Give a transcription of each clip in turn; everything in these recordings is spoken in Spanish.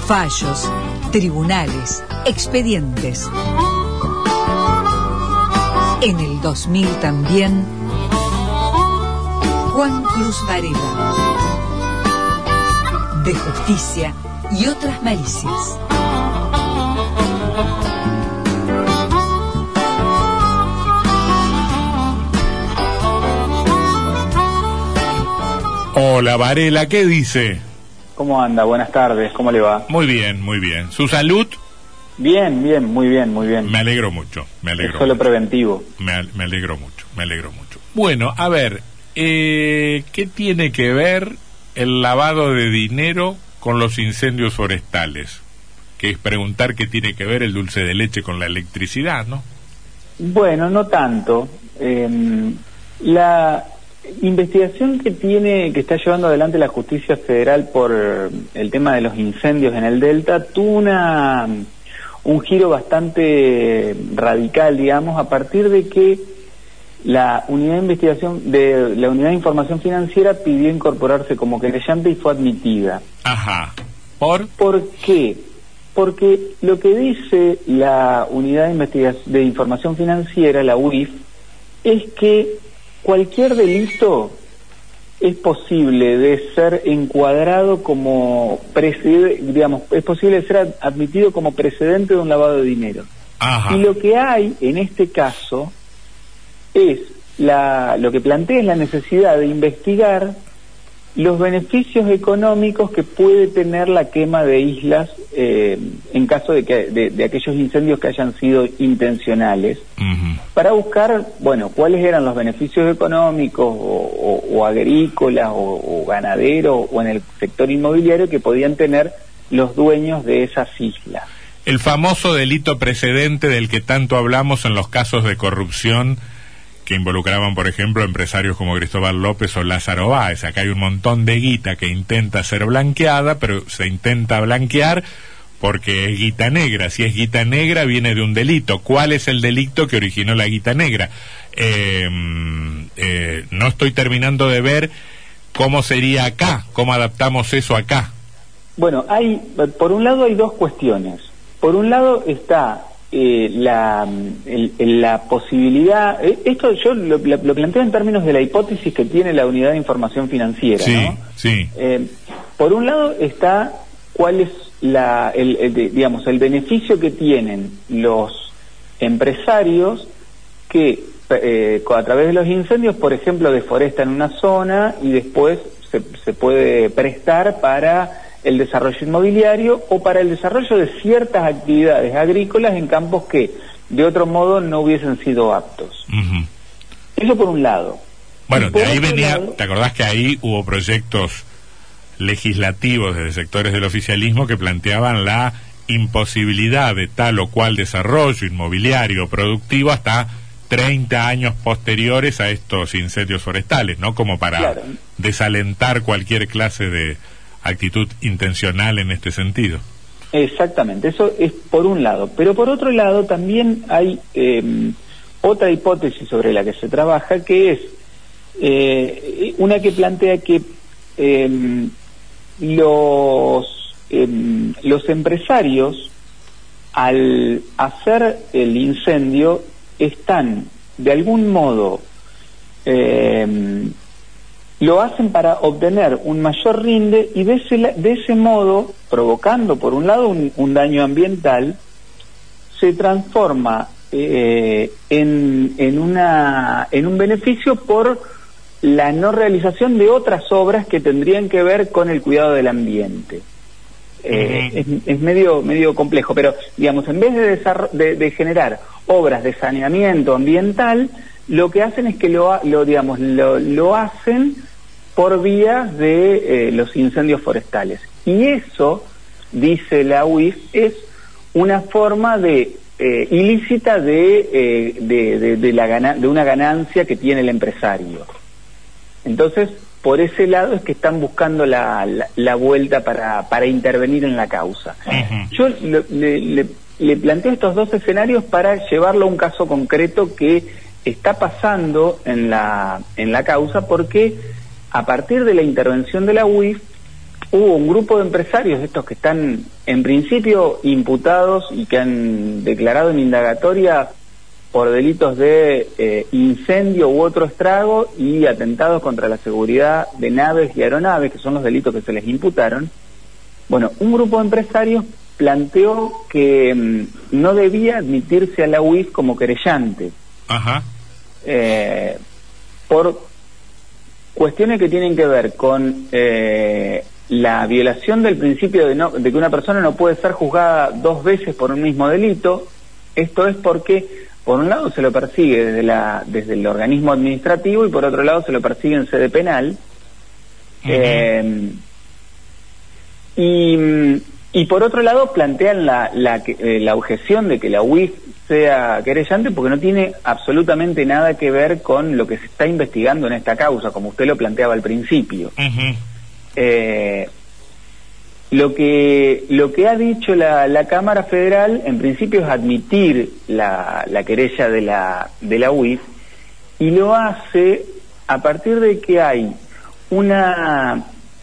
fallos, tribunales, expedientes. En el 2000 también, Juan Cruz Varela. De justicia y otras malicias. Hola Varela, ¿qué dice? ¿Cómo anda? Buenas tardes, ¿cómo le va? Muy bien, muy bien. ¿Su salud? Bien, muy bien, muy bien. Me alegro mucho, Es solo preventivo. Me alegro mucho. Bueno, a ver, ¿qué tiene que ver el lavado de dinero con los incendios forestales? Que es preguntar qué tiene que ver el dulce de leche con la electricidad, ¿no? Bueno, no tanto. La investigación que está llevando adelante la Justicia Federal por el tema de los incendios en el Delta tuvo un giro bastante radical, digamos, a partir de que la unidad de información financiera pidió incorporarse como querellante y fue admitida. Ajá. ¿Por qué? Porque lo que dice la unidad de información financiera, la UIF, es que cualquier delito es posible de ser encuadrado como es posible de ser admitido como precedente de un lavado de dinero. Ajá. Y lo que hay en este caso es lo que plantea es la necesidad de investigar los beneficios económicos que puede tener la quema de islas en caso de aquellos incendios que hayan sido intencionales, para buscar, bueno, cuáles eran los beneficios económicos o agrícolas o ganaderos o en el sector inmobiliario que podían tener los dueños de esas islas. El famoso delito precedente del que tanto hablamos en los casos de corrupción que involucraban, por ejemplo, empresarios como Cristóbal López o Lázaro Báez. Acá hay un montón de guita que intenta ser blanqueada, pero se intenta blanquear porque es guita negra. Si es guita negra, viene de un delito. ¿Cuál es el delito que originó la guita negra? No estoy terminando de ver cómo sería acá, cómo adaptamos eso acá. Bueno, por un lado hay dos cuestiones. Por un lado está la posibilidad, esto yo lo planteo en términos de la hipótesis que tiene la unidad de información financiera, sí, ¿no? Sí. Por un lado está cuál es el beneficio que tienen los empresarios que a través de los incendios, por ejemplo, deforestan una zona y después se puede prestar para el desarrollo inmobiliario o para el desarrollo de ciertas actividades agrícolas en campos que de otro modo no hubiesen sido aptos. Eso por un lado. Bueno, de ahí venía, ¿te acordás que ahí hubo proyectos legislativos desde sectores del oficialismo que planteaban la imposibilidad de tal o cual desarrollo inmobiliario productivo hasta 30 años posteriores a estos incendios forestales, ¿no? Como para desalentar cualquier clase de actitud intencional en este sentido. Exactamente, eso es por un lado, pero por otro lado también hay otra hipótesis sobre la que se trabaja, que es una que plantea que los empresarios, al hacer el incendio, están de algún modo lo hacen para obtener un mayor rinde y de ese modo, provocando por un lado un daño ambiental, se transforma en un beneficio por la no realización de otras obras que tendrían que ver con el cuidado del ambiente. Es medio complejo, pero digamos, en vez de generar obras de saneamiento ambiental, lo que hacen es que lo hacen por vías de los incendios forestales. Y eso, dice la UIF, es una forma ilícita de una ganancia que tiene el empresario. Entonces, por ese lado es que están buscando la vuelta para intervenir en la causa. Yo le planteo estos dos escenarios para llevarlo a un caso concreto que está pasando en la causa, porque a partir de la intervención de la UIF hubo un grupo de empresarios, estos que están en principio imputados y que han declarado en indagatoria por delitos de incendio u otro estrago y atentados contra la seguridad de naves y aeronaves, que son los delitos que se les imputaron. Bueno, un grupo de empresarios planteó que no debía admitirse a la UIF como querellante. Ajá. Por cuestiones que tienen que ver con la violación del principio de que una persona no puede ser juzgada dos veces por un mismo delito. Esto es porque, por un lado, se lo persigue desde el organismo administrativo y por otro lado se lo persigue en sede penal. Y por otro lado plantean la objeción de que la UIF sea querellante porque no tiene absolutamente nada que ver con lo que se está investigando en esta causa, como usted lo planteaba al principio. Lo que ha dicho la Cámara Federal en principio es admitir la querella de la UIF, y lo hace a partir de que hay una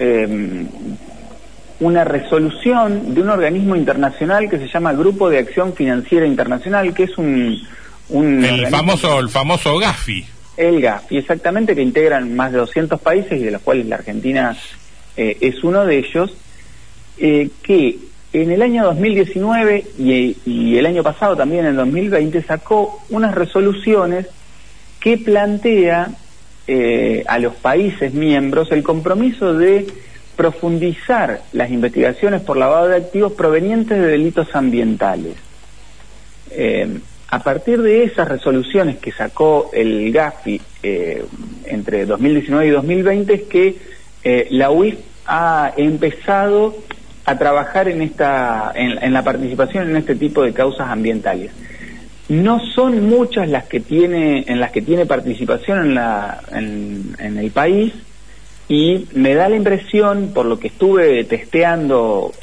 resolución de un organismo internacional que se llama Grupo de Acción Financiera Internacional, que es el famoso GAFI. El GAFI, exactamente, que integran más de 200 países y de los cuales la Argentina es uno de ellos, que en el año 2019 y el año pasado también en 2020 sacó unas resoluciones que plantea a los países miembros el compromiso de profundizar las investigaciones por lavado de activos provenientes de delitos ambientales. A partir de esas resoluciones que sacó el GAFI entre 2019 y 2020 es que la UIF ha empezado a trabajar en la participación en este tipo de causas ambientales. No son muchas las que tiene participación en el país, y me da la impresión, por lo que estuve testeando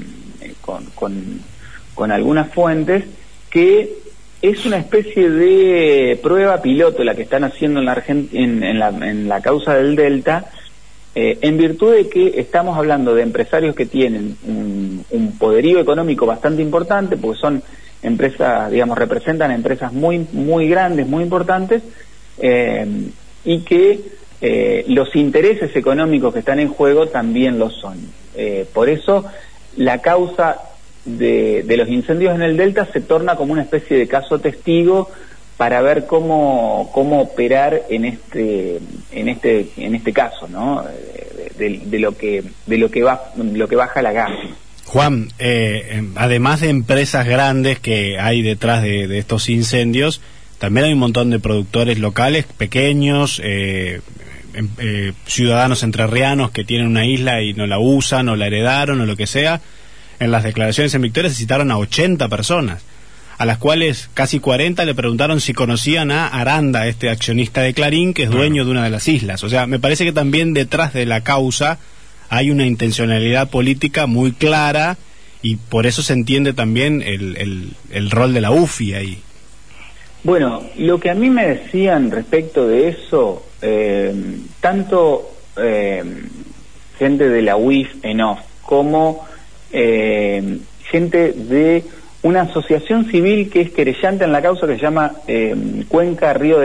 con algunas fuentes, que es una especie de prueba piloto la que están haciendo en la causa del Delta, en virtud de que estamos hablando de empresarios que tienen un poderío económico bastante importante, porque son empresas, digamos, representan empresas muy, muy grandes, muy importantes, y que los intereses económicos que están en juego también lo son. Por eso la causa de los incendios en el Delta se torna como una especie de caso testigo para ver cómo operar en este caso, ¿no? De lo que baja la GAFI. Juan, además de empresas grandes que hay detrás de estos incendios, también hay un montón de productores locales, pequeños, ciudadanos entrerrianos que tienen una isla y no la usan o la heredaron o lo que sea. En las declaraciones en Victoria se citaron a 80 personas, a las cuales casi 40 le preguntaron si conocían a Aranda, este accionista de Clarín, que es dueño de una de las islas. O sea, me parece que también detrás de la causa hay una intencionalidad política muy clara, y por eso se entiende también el rol de la UFI ahí. Bueno, lo que a mí me decían respecto de eso, tanto gente de la UIF en off como gente de una asociación civil que es querellante en la causa, que se llama Cuenca Río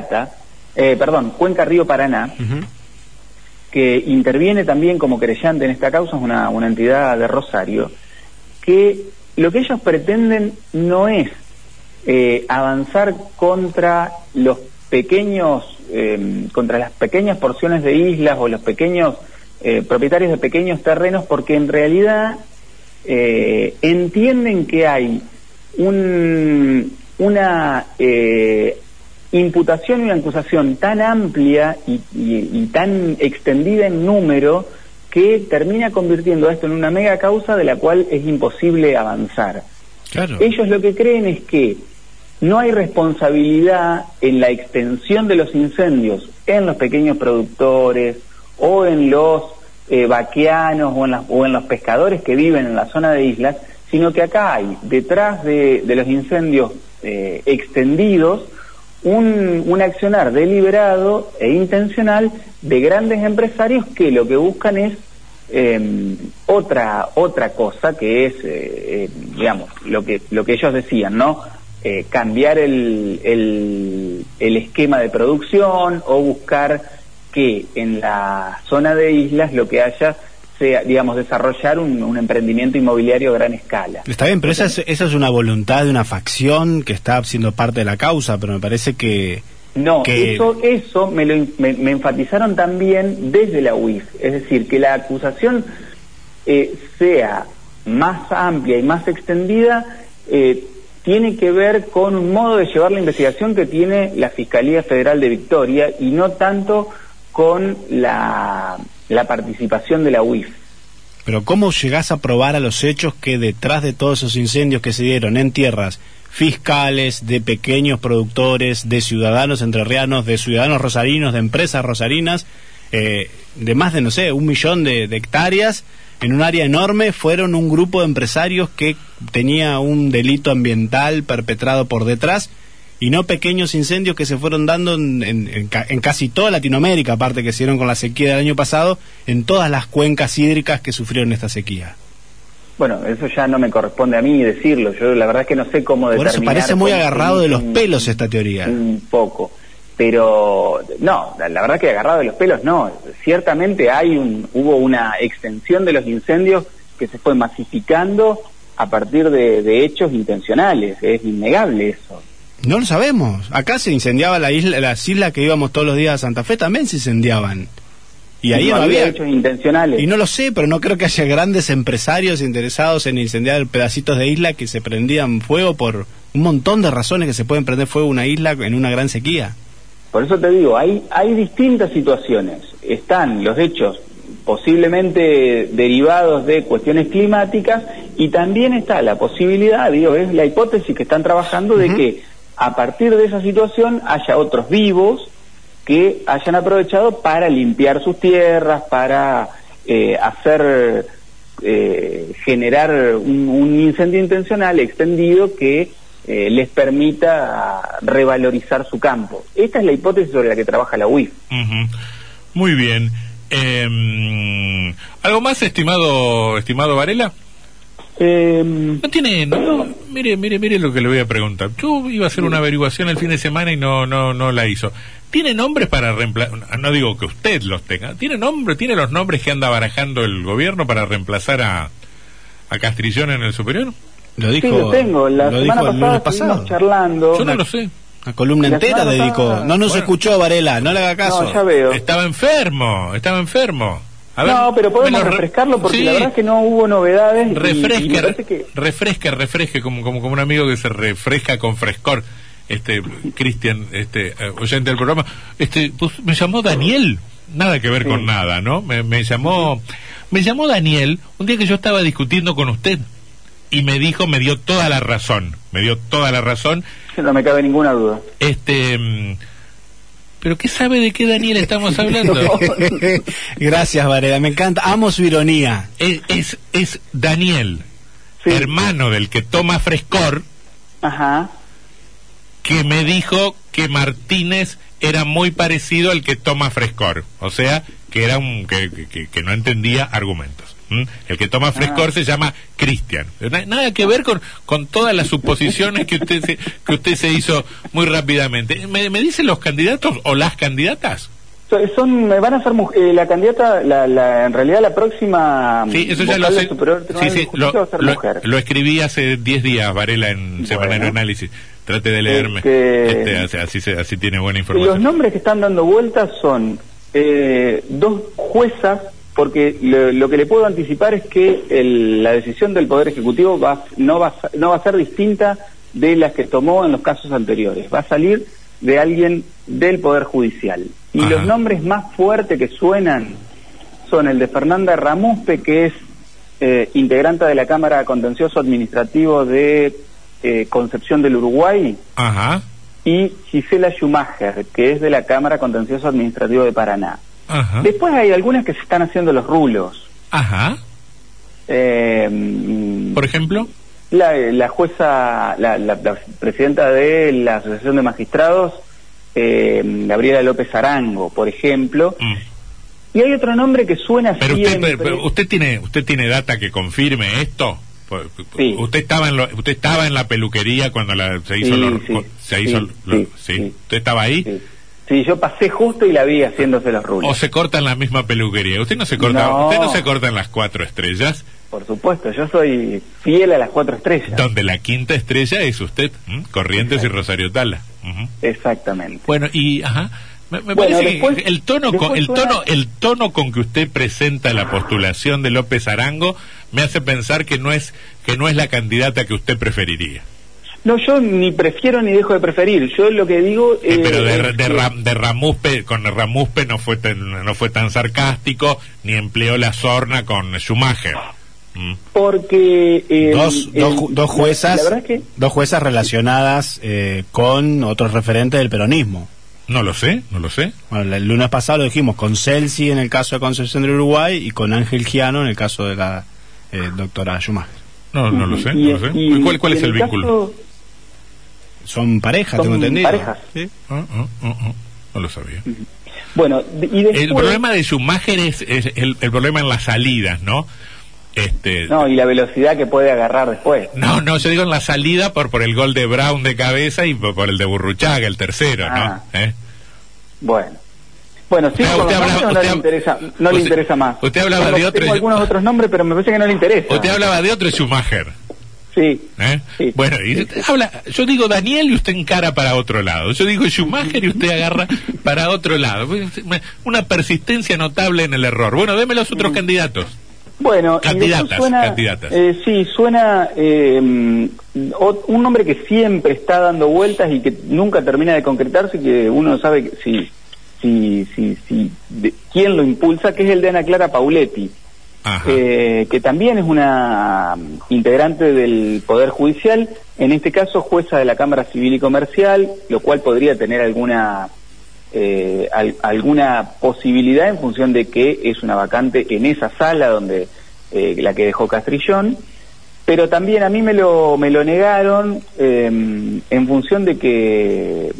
Paraná, que interviene también como querellante en esta causa, es una entidad de Rosario, que lo que ellos pretenden no es avanzar contra los pequeños, contra las pequeñas porciones de islas o los pequeños propietarios de pequeños terrenos, porque en realidad entienden que hay una imputación y una acusación tan amplia y tan extendida en número que termina convirtiendo esto en una mega causa de la cual es imposible avanzar. Claro. Ellos lo que creen es que no hay responsabilidad en la extensión de los incendios en los pequeños productores o en los vaqueanos o en los pescadores que viven en la zona de islas, sino que acá hay, detrás de los incendios extendidos, un accionar deliberado e intencional de grandes empresarios que lo que buscan es otra cosa que es, digamos, lo que ellos decían, ¿no? Cambiar el esquema de producción o buscar que en la zona de islas lo que haya sea, digamos, desarrollar un emprendimiento inmobiliario a gran escala. Está bien, pero esa es una voluntad de una facción que está siendo parte de la causa, pero me parece que... No, eso me enfatizaron también desde la UIF, es decir, que la acusación sea más amplia y más extendida, tiene que ver con un modo de llevar la investigación que tiene la Fiscalía Federal de Victoria y no tanto con la participación de la UIF. Pero ¿cómo llegás a probar a los hechos que detrás de todos esos incendios que se dieron en tierras fiscales, de pequeños productores, de ciudadanos entrerrianos, de ciudadanos rosarinos, de empresas rosarinas, de más de, no sé, 1 millón de hectáreas, en un área enorme, fueron un grupo de empresarios que tenía un delito ambiental perpetrado por detrás, y no pequeños incendios que se fueron dando en casi toda Latinoamérica, aparte que se dieron con la sequía del año pasado, en todas las cuencas hídricas que sufrieron esta sequía? Bueno, eso ya no me corresponde a mí decirlo. Yo la verdad es que no sé cómo determinar. Por eso parece muy agarrado de los pelos esta teoría. Un poco. Pero no, la verdad que agarrado de los pelos no. Ciertamente hubo una extensión de los incendios que se fue masificando a partir de hechos intencionales. Es innegable eso. No lo sabemos. Acá se incendiaba las islas que íbamos todos los días a Santa Fe, también se incendiaban. Y ahí no había hechos intencionales. Y no lo sé, pero no creo que haya grandes empresarios interesados en incendiar pedacitos de isla que se prendían fuego por un montón de razones que se pueden prender fuego una isla en una gran sequía. Por eso te digo, hay distintas situaciones. Están los hechos posiblemente derivados de cuestiones climáticas y también está la posibilidad, es la hipótesis que están trabajando de que a partir de esa situación haya otros vivos que hayan aprovechado para limpiar sus tierras, para generar un incendio intencional extendido que les permita revalorizar su campo. Esta es la hipótesis sobre la que trabaja la UIF. Muy bien. ¿Algo más, estimado Varela? No tiene, mire lo que le voy a preguntar. Yo iba a hacer una averiguación el fin de semana y no la hizo. ¿Tiene nombres para reemplazar? No digo que usted los tenga. ¿Tiene los nombres que anda barajando el gobierno para reemplazar a Castrillón en el superior? Lo dijo, sí, lo tengo. La semana pasada estuvimos charlando. Yo no lo sé. Una columna entera dedicó. No nos escuchó, Varela, no le haga caso. No, ya veo. Estaba enfermo. A ver, no, pero podemos refrescarlo porque sí, la verdad es que no hubo novedades. Refresque como un amigo que se refresca con frescor. Cristian, oyente del programa, pues, me llamó Daniel, nada que ver con nada, ¿no? Me llamó Daniel un día que yo estaba discutiendo con usted y me dio toda la razón. No me cabe ninguna duda. ¿Pero qué sabe de qué Daniel estamos hablando? Gracias, Varela, me encanta, amo su ironía. Es Daniel, sí, hermano del que toma frescor, que me dijo que Martínez era muy parecido al que toma frescor, o sea, que era que no entendía argumentos. El que toma frescor se llama Cristian. Nada que ver con todas las suposiciones que usted se hizo muy rápidamente. ¿Me dicen los candidatos o las candidatas? Van a ser la candidata, en realidad la próxima. Sí, eso ya lo sé. Sí, lo escribí hace 10 días, Varela, en Semanario Análisis. Trate de leerme. Así tiene buena información. Los nombres que están dando vueltas son 2 juezas, porque lo que le puedo anticipar es que la decisión del Poder Ejecutivo no va a ser distinta de las que tomó en los casos anteriores. Va a salir de alguien del Poder Judicial. Y los nombres más fuertes que suenan son el de Fernanda Ramuspe, que es integrante de la Cámara Contencioso Administrativo de Concepción del Uruguay, y Gisela Schumacher, que es de la Cámara Contencioso Administrativo de Paraná. Después hay algunas que se están haciendo los rulos. ¿Por ejemplo? La jueza, la presidenta de la Asociación de Magistrados, Gabriela López Arango, por ejemplo, Y hay otro nombre que suena pero siempre. pero usted tiene data que confirme esto. Sí. Usted estaba en la peluquería cuando se hizo sí. ¿Usted estaba ahí? Sí. Sí, yo pasé justo y la vi haciéndose los rulos. ¿O se corta en la misma peluquería? Usted no se corta en las 4 estrellas. Por supuesto, yo soy fiel a las 4 estrellas. Donde la 5ª estrella es usted, Corrientes. Exacto. Y Rosario Tala. Exactamente. Bueno, y me parece después, que el tono con que usted presenta la postulación de López Arango me hace pensar que no es la candidata que usted preferiría. No, yo ni prefiero ni dejo de preferir. Yo lo que digo pero de Ramuspe, con Ramuspe no fue tan sarcástico, ni empleó la sorna con Schumacher. Porque dos juezas, la verdad es que... dos juezas relacionadas con otros referentes del peronismo. No lo sé. Bueno, el lunes pasado lo dijimos, con Celsi en el caso de Concepción del Uruguay y con Ángel Giano en el caso de la doctora Schumacher. No lo sé. ¿Cuál es el vínculo? Son parejas, tengo entendido. Parejas. ¿Sí? No lo sabía. Bueno, y después... El problema de Schumacher es el problema en las salidas, ¿no? No, y la velocidad que puede agarrar después. No, yo digo en la salida por el gol de Brown de cabeza y por el de Burruchaga, el tercero, ¿no? Bueno, sí, no le interesa más. Usted hablaba de otro... Tengo algunos otros nombres, pero me parece que no le interesa. Usted hablaba de otro Schumacher. Sí. Sí. Bueno, y yo digo Daniel y usted encara para otro lado. Yo digo Schumacher y usted agarra para otro lado. Una persistencia notable en el error. Bueno, deme los otros candidatos. Bueno, candidatas. Sí, suena un nombre que siempre está dando vueltas y que nunca termina de concretarse y que uno no sabe quién lo impulsa, que es el de Ana Clara Pauletti. Que también es una integrante del Poder Judicial, en este caso jueza de la Cámara Civil y Comercial, lo cual podría tener alguna posibilidad en función de que es una vacante en esa sala donde la que dejó Castrillón, pero también a mí me lo negaron en función de que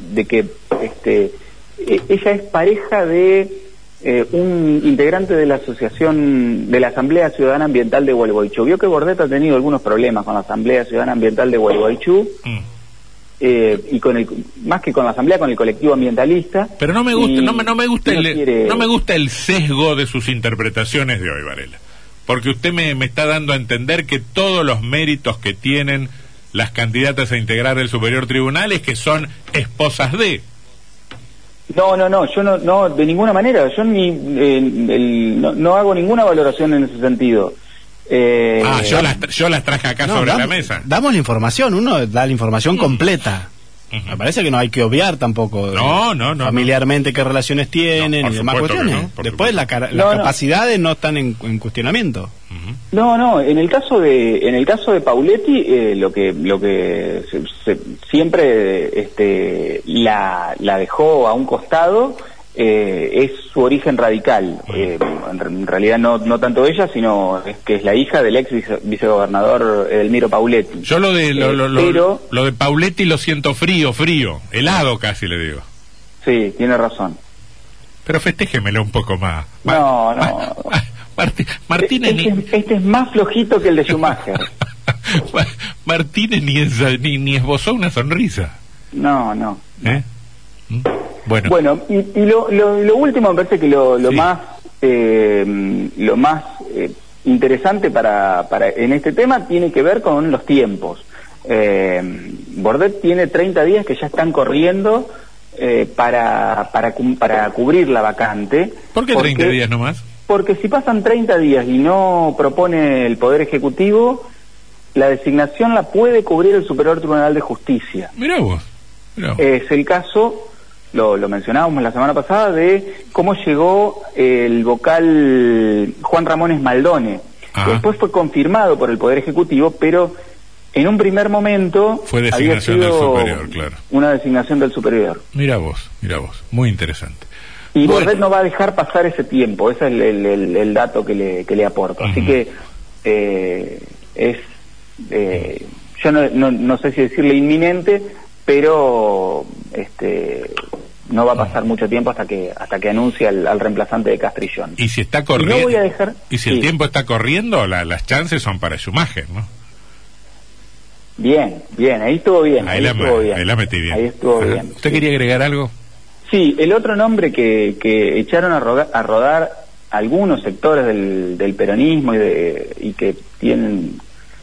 ella es pareja de un integrante de la asociación de la Asamblea Ciudadana Ambiental de Gualeguaychú. Vio que Bordet ha tenido algunos problemas con la Asamblea Ciudadana Ambiental de Gualeguaychú. Y más que con la asamblea, con el colectivo ambientalista. Pero no me gusta el sesgo de sus interpretaciones de hoy, Varela, porque usted me está dando a entender que todos los méritos que tienen las candidatas a integrar el Superior Tribunal es que son esposas de... No, yo no, de ninguna manera. Yo no hago ninguna valoración en ese sentido. Yo las traje acá sobre la mesa. Damos la información, uno da la información completa. Me parece que no hay que obviar tampoco familiarmente qué relaciones tienen y demás cuestiones. Después las capacidades no están en cuestionamiento. No, en el caso de Pauletti, lo que siempre la dejó a un costado es su origen radical. En realidad no tanto ella, sino que es la hija del ex vicegobernador Edelmiro Pauletti. Yo lo de Pauletti lo siento frío, helado casi le digo. Sí, tiene razón. Pero festéjemelo un poco más. No. Martínez este es más flojito que el de Schumacher. Martínez ni esbozó una sonrisa. No. Bueno, y lo último me parece que lo más interesante para en este tema tiene que ver con los tiempos. Bordet tiene 30 días que ya están corriendo para cubrir la vacante. ¿Por qué 30 días nomás? Porque si pasan 30 días y no propone el Poder Ejecutivo, la designación la puede cubrir el Superior Tribunal de Justicia. Mirá vos. Es el caso, lo mencionábamos la semana pasada, de cómo llegó el vocal Juan Ramón Esmaldone. Después fue confirmado por el Poder Ejecutivo, pero en un primer momento fue designación del Superior, claro. Una designación del Superior. Mira vos, muy interesante. Y Bordet no va a dejar pasar ese tiempo, ese es el dato que le aporto. Así que yo no sé si decirle inminente, pero No va a pasar mucho tiempo hasta que anuncie al reemplazante de Castrillón. Y si está corriendo, no voy a dejar... y si el tiempo está corriendo, las chances son para Schumacher, ¿no? Bien, ahí estuvo bien. Ahí la metí bien. Ahí estuvo bien. ¿Usted quería agregar algo? Sí, el otro nombre que echaron a rodar algunos sectores del peronismo y que tienen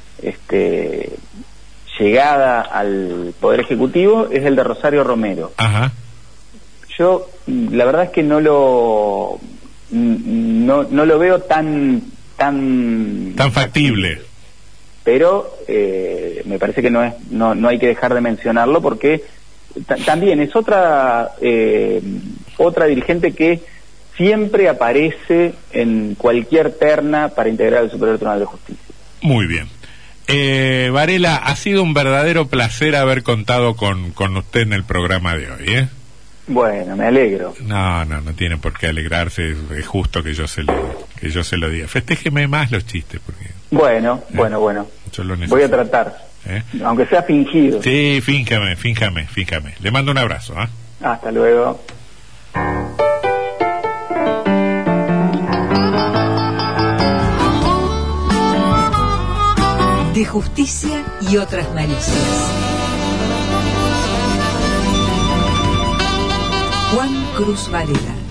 llegada al Poder Ejecutivo es el de Rosario Romero. Ajá. Yo la verdad es que no lo veo tan factible, pero me parece que no hay que dejar de mencionarlo porque también es otra dirigente que siempre aparece en cualquier terna para integrar el Superior Tribunal de Justicia. Muy bien. Varela, ha sido un verdadero placer haber contado con usted en el programa de hoy, ¿eh? Bueno, me alegro. No tiene por qué alegrarse, es justo que yo se lo diga. Festéjeme más los chistes, porque... Bueno. Yo lo voy a tratar, aunque sea fingido. Sí, fíjame. Le mando un abrazo, ¿eh? Hasta luego. De justicia y otras malicias. Juan Cruz Varela.